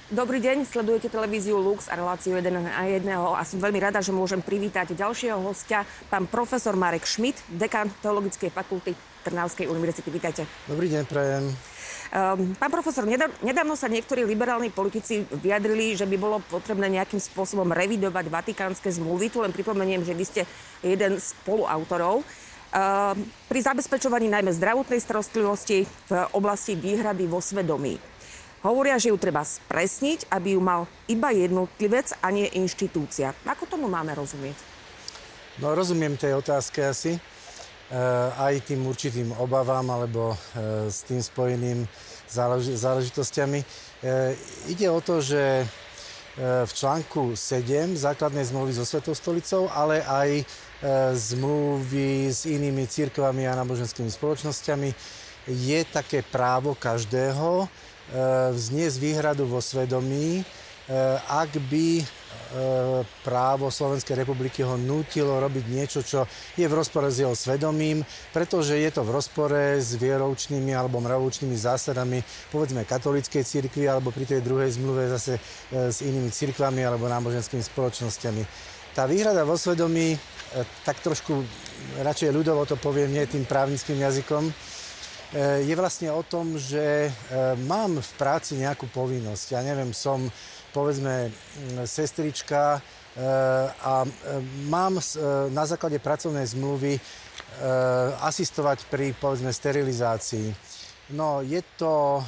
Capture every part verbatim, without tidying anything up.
Dobrý deň, sledujete televíziu Lux a reláciu jeden na jedného a som veľmi rada, že môžem privítať ďalšieho hostia, pán profesor Marek Schmidt, dekan Teologickej fakulty Trnavskej univerzity. Vítajte. Dobrý deň, prajem. Um, pán profesor, nedávno sa niektorí liberálni politici vyjadrili, že by bolo potrebné nejakým spôsobom revidovať vatikánske zmluvy. Tu len pripomeniem, že vy ste jeden z spoluautorov. Uh, pri zabezpečovaní najmä zdravotnej starostlivosti v oblasti výhrady vo svedomí. Hovoria, že ju treba spresniť, aby ju mal iba jednotlivec a nie inštitúcia. Ako tomu máme rozumieť? No, rozumiem tej otázke asi. E, aj tým určitým obavám alebo e, s tým spojeným zálež- záležitosťami. E, ide o to, že e, v článku sedem základnej zmluvy so Svätou stolicou, ale aj e, zmluvy s inými cirkvami a náboženskými spoločnosťami je také právo každého vzniesť výhradu vo svedomí, ak by právo Slovenskej republiky ho nútilo robiť niečo, čo je v rozpore s jeho svedomím, pretože je to v rozpore s vieroučnými alebo mravoučnými zásadami, povedzme katolíckej cirkvi, alebo pri tej druhej zmluve zase s inými cirkvami alebo náboženskými spoločnosťami. Tá výhrada vo svedomí, tak trošku radšej ľudovo to poviem, nie tým právnickým jazykom, je vlastne o tom, že mám v práci nejakú povinnosť. Ja neviem, som povedzme sestrička a mám na základe pracovnej zmluvy asistovať pri povedzme sterilizácii. No je to,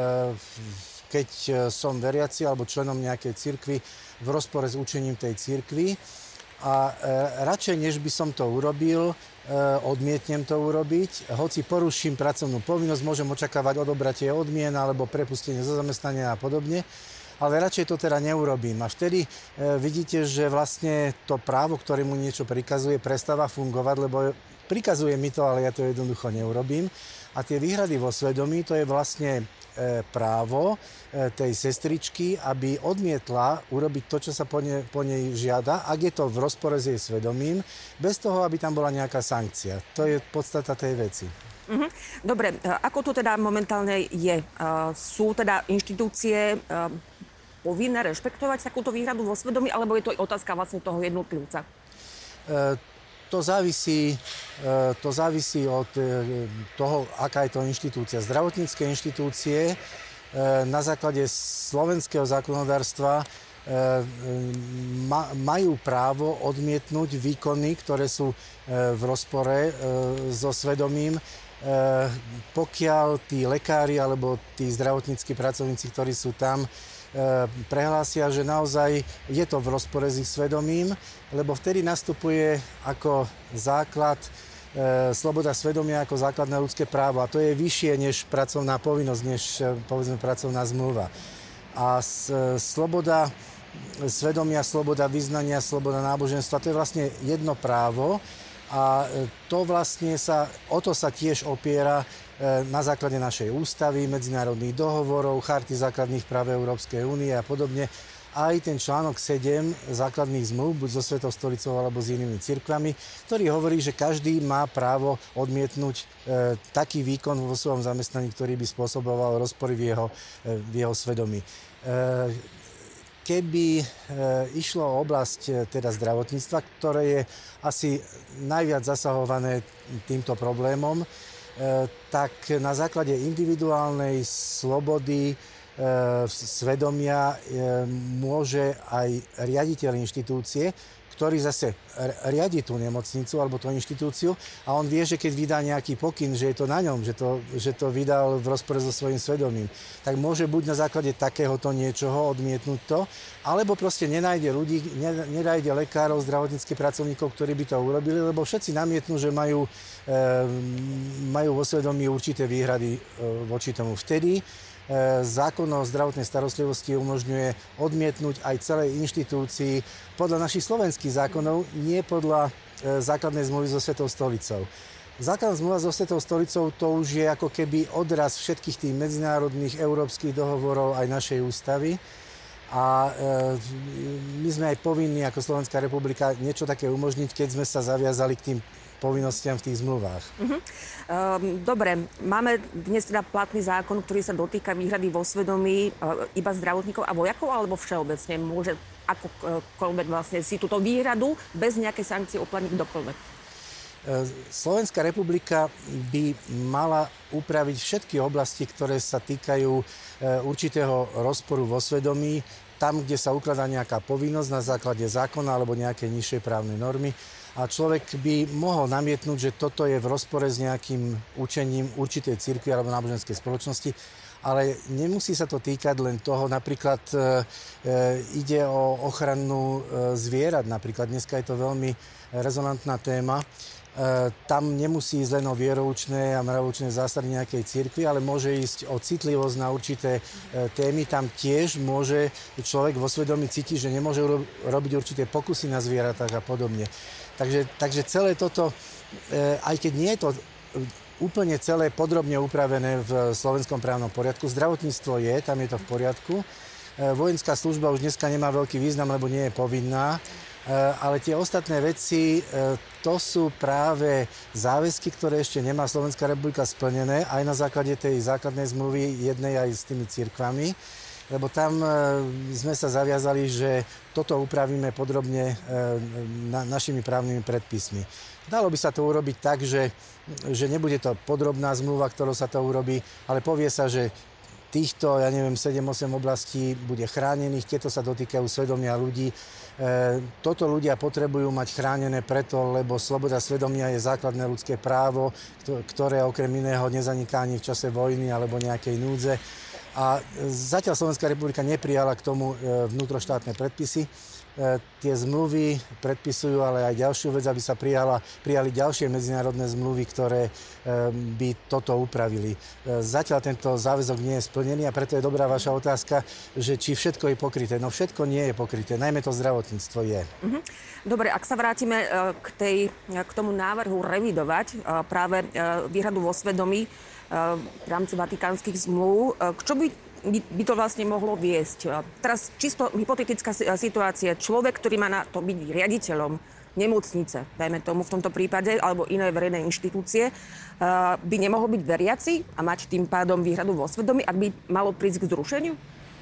keď som veriaci alebo členom nejakej cirkvi, v rozpore s učením tej cirkvi. A radšej, než by som to urobil, odmietnem to urobiť. Hoci poruším pracovnú povinnosť, môžem očakávať odobratie odmien alebo prepustenie zo zamestnania a podobne. Ale radšej to teda neurobím. A vtedy vidíte, že vlastne to právo, ktoré mu niečo prikazuje, prestáva fungovať, lebo prikazuje mi to, ale ja to jednoducho neurobím. A tie výhrady vo svedomí, to je vlastne právo tej sestričky, aby odmietla urobiť to, čo sa po, ne, po nej žiada, ak je to v rozpore s jej svedomím, bez toho, aby tam bola nejaká sankcia. To je podstata tej veci. Mhm. Dobre, ako to teda momentálne je? Sú teda inštitúcie povinné rešpektovať takúto výhradu vo svedomí, alebo je to otázka vlastne toho jednotlivca? E, to závisí, e, to závisí od e, toho, aká je to inštitúcia. Zdravotnícke inštitúcie e, na základe slovenského zákonodárstva e, ma, majú právo odmietnúť výkony, ktoré sú e, v rozpore e, so svedomím, e, pokiaľ tí lekári alebo tí zdravotnícki pracovníci, ktorí sú tam, prehlásia, že naozaj je to v rozpore s ich svedomím, lebo vtedy nastupuje ako základ e, sloboda svedomia ako základné ľudské právo. A to je vyššie než pracovná povinnosť, než povedzme pracovná zmluva. A s, e, sloboda svedomia, sloboda vyznania, sloboda náboženstva, to je vlastne jedno právo. A to vlastne sa, o to sa tiež opiera na základe našej ústavy, medzinárodných dohovorov, charty základných práv Európskej únie a podobne. Aj ten článok sedem základných zmluv, buď so Svätou stolicou alebo s inými cirkvami, ktorý hovorí, že každý má právo odmietnúť e, taký výkon vo svojom zamestnaní, ktorý by spôsoboval rozpory v jeho, e, v jeho svedomí. E, Keby e, išlo o oblasť e, teda zdravotníctva, ktoré je asi najviac zasahované týmto problémom, e, tak na základe individuálnej slobody e, svedomia e, môže aj riaditeľ inštitúcie, ktorý zase riadi tú nemocnicu alebo tú inštitúciu a on vie, že keď vydá nejaký pokyn, že je to na ňom, že to, že to vydal v rozpore so svojím svedomím, tak môže buď na základe takéhoto niečoho odmietnúť to, alebo proste nenájde ľudí, nenájde lekárov, zdravotníckych pracovníkov, ktorí by to urobili, lebo všetci namietnú, že majú, e, majú vo svedomí určité výhrady e, voči tomu. Vtedy zákon o zdravotnej starostlivosti umožňuje odmietnúť aj celej inštitúcii podľa našich slovenských zákonov, nie podľa e, základnej zmluvy so Svätou stolicou. Základná zmluva so Svätou stolicou to už je ako keby odraz všetkých tých medzinárodných európskych dohovorov aj našej ústavy. A e, my sme aj povinní ako Slovenská republika niečo také umožniť, keď sme sa zaviazali k tým povinnostiam v tých zmluvách. Uh-huh. Um, dobre, máme dnes teda platný zákon, ktorý sa dotýka výhrady vo svedomí uh, iba zdravotníkov a vojakov, alebo všeobecne môže akokoľvek vlastne si túto výhradu bez nejakej sankcie uplatniť kdokoľvek? Slovenská republika by mala upraviť všetky oblasti, ktoré sa týkajú určitého rozporu vo svedomí, tam, kde sa ukladá nejaká povinnosť na základe zákona alebo nejakej nižšej právnej normy. A človek by mohol namietnúť, že toto je v rozpore s nejakým učením určitej cirkvi alebo náboženskej spoločnosti, ale nemusí sa to týkať len toho. Napríklad e, ide o ochranu e, zvierat. Napríklad dneska je to veľmi rezonantná téma. E, tam nemusí ísť len o vieroučné a mravoučné zásady nejakej cirkvi, ale môže ísť o citlivosť na určité e, témy. Tam tiež môže človek vo svedomí cítiť, že nemôže uro- robiť určité pokusy na zvieratách a podobne. Takže, takže celé toto, e, aj keď nie je to úplne celé podrobne upravené v slovenskom právnom poriadku, zdravotníctvo je, tam je to v poriadku. E, vojenská služba už dneska nemá veľký význam, lebo nie je povinná. Ale tie ostatné veci, to sú práve záväzky, ktoré ešte nemá Slovenská republika splnené, aj na základe tej základnej zmluvy jednej aj s tými cirkvami, lebo tam sme sa zaviazali, že toto upravíme podrobne na, našimi právnymi predpismi. Dalo by sa to urobiť tak, že, že nebude to podrobná zmluva, ktorou sa to urobí, ale povie sa, že týchto, ja neviem, sedem osem oblastí bude chránených, tieto sa dotýkajú svedomia ľudí. E, toto ľudia potrebujú mať chránené preto, lebo sloboda svedomia je základné ľudské právo, ktoré okrem iného nezaniká ani v čase vojny alebo nejakej núdze. A zatiaľ Slovenská republika neprijala k tomu vnútroštátne predpisy. E, tie zmluvy predpisujú ale aj ďalšiu vec, aby sa prijala, prijali ďalšie medzinárodné zmluvy, ktoré e, by toto upravili. E, zatiaľ tento záväzok nie je splnený a preto je dobrá vaša otázka, že či všetko je pokryté. No všetko nie je pokryté, najmä to zdravotníctvo je. Mhm. Dobre, ak sa vrátime k, tej, k tomu návrhu revidovať práve výhradu vo svedomí v rámci vatikánskych zmluv, k čo by by to vlastne mohlo viesť. Teraz čisto hypotetická situácia. Človek, ktorý má na to byť riaditeľom nemocnice, dajme tomu v tomto prípade, alebo inej verejnej inštitúcie, by nemohol byť veriaci a mať tým pádom výhradu vo svedomí, ak by malo prísť k zrušeniu?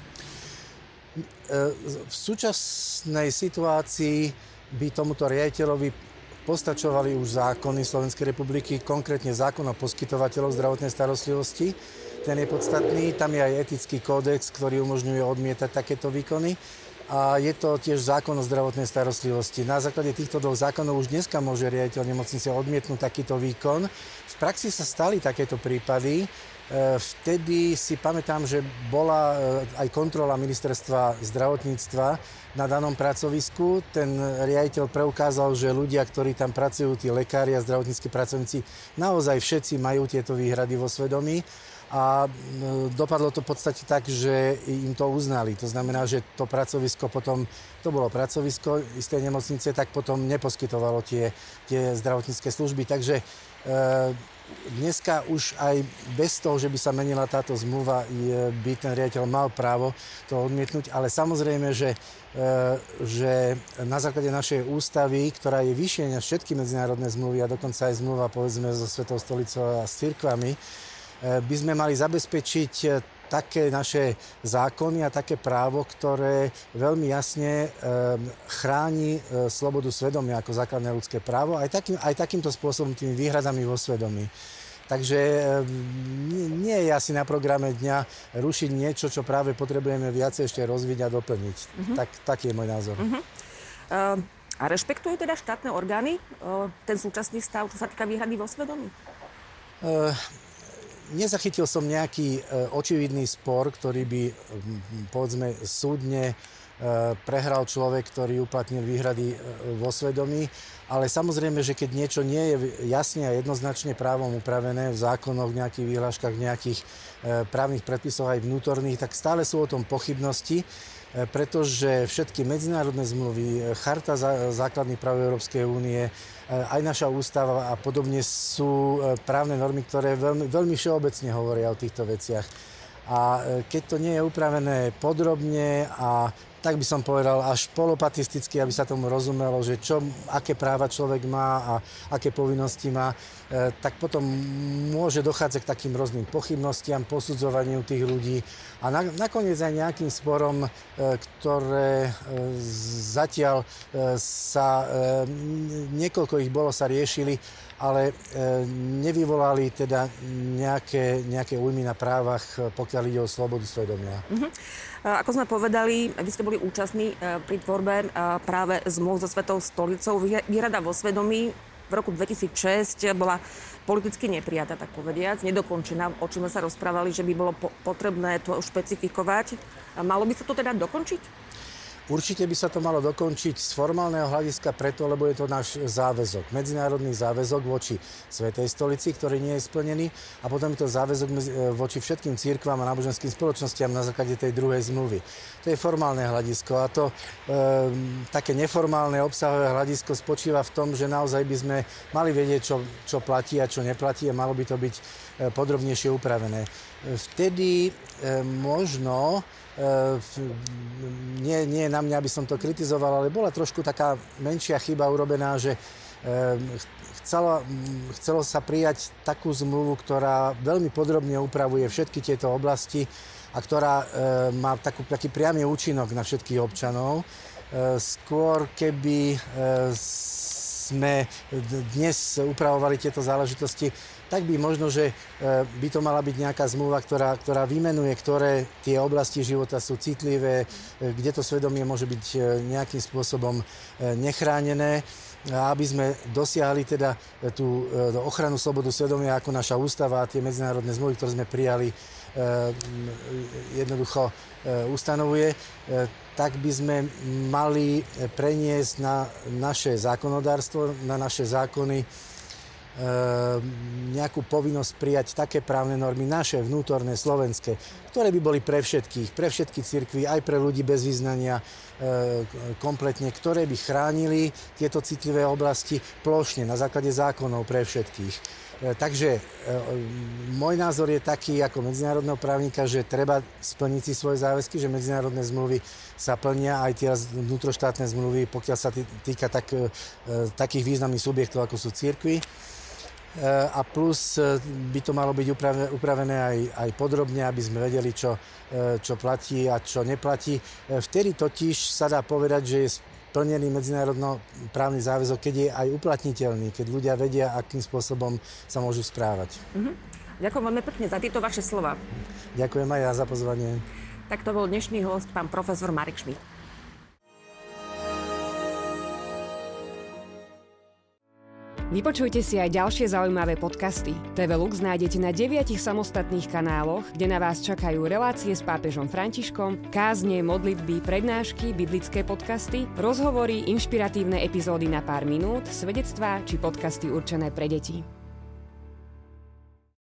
V súčasnej situácii by tomuto riaditeľovi postačovali už zákony Slovenskej republiky, konkrétne zákon o poskytovateľoch zdravotnej starostlivosti. Ten je podstatný, tam je aj etický kódex, ktorý umožňuje odmietať takéto výkony. A je to tiež zákon o zdravotnej starostlivosti. Na základe týchto dvoch zákonov už dneska môže riaditeľ nemocnice odmietnúť takýto výkon. V praxi sa stali takéto prípady. Vtedy si pamätám, že bola aj kontrola ministerstva zdravotníctva na danom pracovisku. Ten riaditeľ preukázal, že ľudia, ktorí tam pracujú, tí lekári a zdravotnícki pracovníci, naozaj všetci majú tieto výhrady vo svedomí. A dopadlo to v podstate tak, že im to uznali. To znamená, že to pracovisko potom, to bolo pracovisko istej nemocnice, tak potom neposkytovalo tie, tie zdravotnícke služby. Takže e, dneska už aj bez toho, že by sa menila táto zmluva, je, by ten riaditeľ mal právo to odmietnúť. Ale samozrejme, že, e, že na základe našej ústavy, ktorá je vyššia než všetky medzinárodné zmluvy a dokonca aj zmluva, povedzme, so Svetou stolicou a s cirkvami, by sme mali zabezpečiť také naše zákony a také právo, ktoré veľmi jasne chráni slobodu svedomia ako základné ľudské právo, aj, takým, aj takýmto spôsobom, tými výhradami vo svedomí. Takže nie je asi na programe dňa rušiť niečo, čo práve potrebujeme viacej ešte rozviť a doplniť. Uh-huh. Tak, taký je môj názor. Uh-huh. Uh, a rešpektujú teda štátne orgány uh, ten súčasný stav, čo sa týka výhrady vo svedomí? Uh, Nezachytil som nejaký e, očividný spor, ktorý by, m, povedzme, súdne e, prehral človek, ktorý uplatnil výhrady e, vo svedomí. Ale samozrejme, že keď niečo nie je jasne a jednoznačne právom upravené v zákonoch, v nejakých výhľaškách, v nejakých e, právnych predpisoch aj vnútorných, tak stále sú o tom pochybnosti, e, pretože všetky medzinárodné zmluvy, charta zá, základných práv Európskej únie, aj naša ústava a podobne sú právne normy, ktoré veľmi, veľmi všeobecne hovoria o týchto veciach. A keď to nie je upravené podrobne a tak by som povedal až polopatisticky, aby sa tomu rozumelo, že čo, aké práva človek má a aké povinnosti má, e, tak potom môže dochádzať k takým rôznym pochybnostiam, posudzovaniu tých ľudí a na, nakoniec aj nejakým sporom, e, ktoré e, zatiaľ e, sa, e, niekoľko ich bolo, sa riešili, ale e, nevyvolali teda nejaké, nejaké újmy na právach, pokiaľ ide o slobodu svedomia. Mm-hmm. Ako sme povedali, vy ste boli účastní pri tvorbe práve zmluv so Svetou stolicou. Výhrada vo svedomí v roku dvetisícšesť bola politicky neprijatá, tak povediac, nedokončená, o čom sa rozprávali, že by bolo po- potrebné to špecifikovať. Malo by sa to teda dokončiť? Určite by sa to malo dokončiť z formálneho hľadiska preto, lebo je to náš záväzok. Medzinárodný záväzok voči Svätej stolici, ktorý nie je splnený, a potom je to záväzok voči všetkým cirkvám a náboženským spoločnostiam na základe tej druhej zmluvy. To je formálne hľadisko a to e, také neformálne obsahové hľadisko spočíva v tom, že naozaj by sme mali vedieť, čo, čo platí a čo neplatí a malo by to byť e, podrobnejšie upravené. Vtedy e, možno Uh, nie, nie na mňa, aby som to kritizoval, ale bola trošku taká menšia chyba urobená, že uh, chcelo, chcelo sa prijať takú zmluvu, ktorá veľmi podrobne upravuje všetky tieto oblasti a ktorá uh, má takú, taký priamy účinok na všetkých občanov. Uh, skôr keby uh, sme dnes upravovali tieto záležitosti, tak by možno, že by to mala byť nejaká zmluva, ktorá, ktorá vymenuje, ktoré tie oblasti života sú citlivé, kde to svedomie môže byť nejakým spôsobom nechránené, aby sme dosiahli teda tú ochranu slobodu svedomia, ako naša ústava a tie medzinárodné zmluvy, ktoré sme prijali, jednoducho ustanovuje, tak by sme mali preniesť na naše zákonodárstvo, na naše zákony nejakú povinnosť prijať také právne normy, naše vnútorné, slovenské, ktoré by boli pre všetkých, pre všetky cirkvi, aj pre ľudí bez vyznania kompletne, ktoré by chránili tieto citlivé oblasti plošne na základe zákonov pre všetkých. Takže môj názor je taký ako medzinárodného právnika, že treba splniť si svoje záväzky, že medzinárodné zmluvy sa plnia, aj tie vnútroštátne zmluvy, pokiaľ sa týka tak, takých významných subjektov, ako sú cirkvi. A plus by to malo byť upravené aj, aj podrobne, aby sme vedeli, čo, čo platí a čo neplatí. Vtedy totiž sa dá povedať, že je splnený medzinárodno-právny záväzok, keď je aj uplatniteľný, keď ľudia vedia, akým spôsobom sa môžu správať. Mm-hmm. Ďakujem veľmi pekne za tieto vaše slova. Ďakujem aj ja za pozvanie. Tak to bol dnešný host, pán profesor Marek Šmíd. Vypočujte si aj ďalšie zaujímavé podcasty. té vé Lux nájdete na deviatich samostatných kanáloch, kde na vás čakajú relácie s pápežom Františkom, kázne, modlitby, prednášky, biblické podcasty, rozhovory, inšpiratívne epizódy na pár minút, svedectvá či podcasty určené pre deti.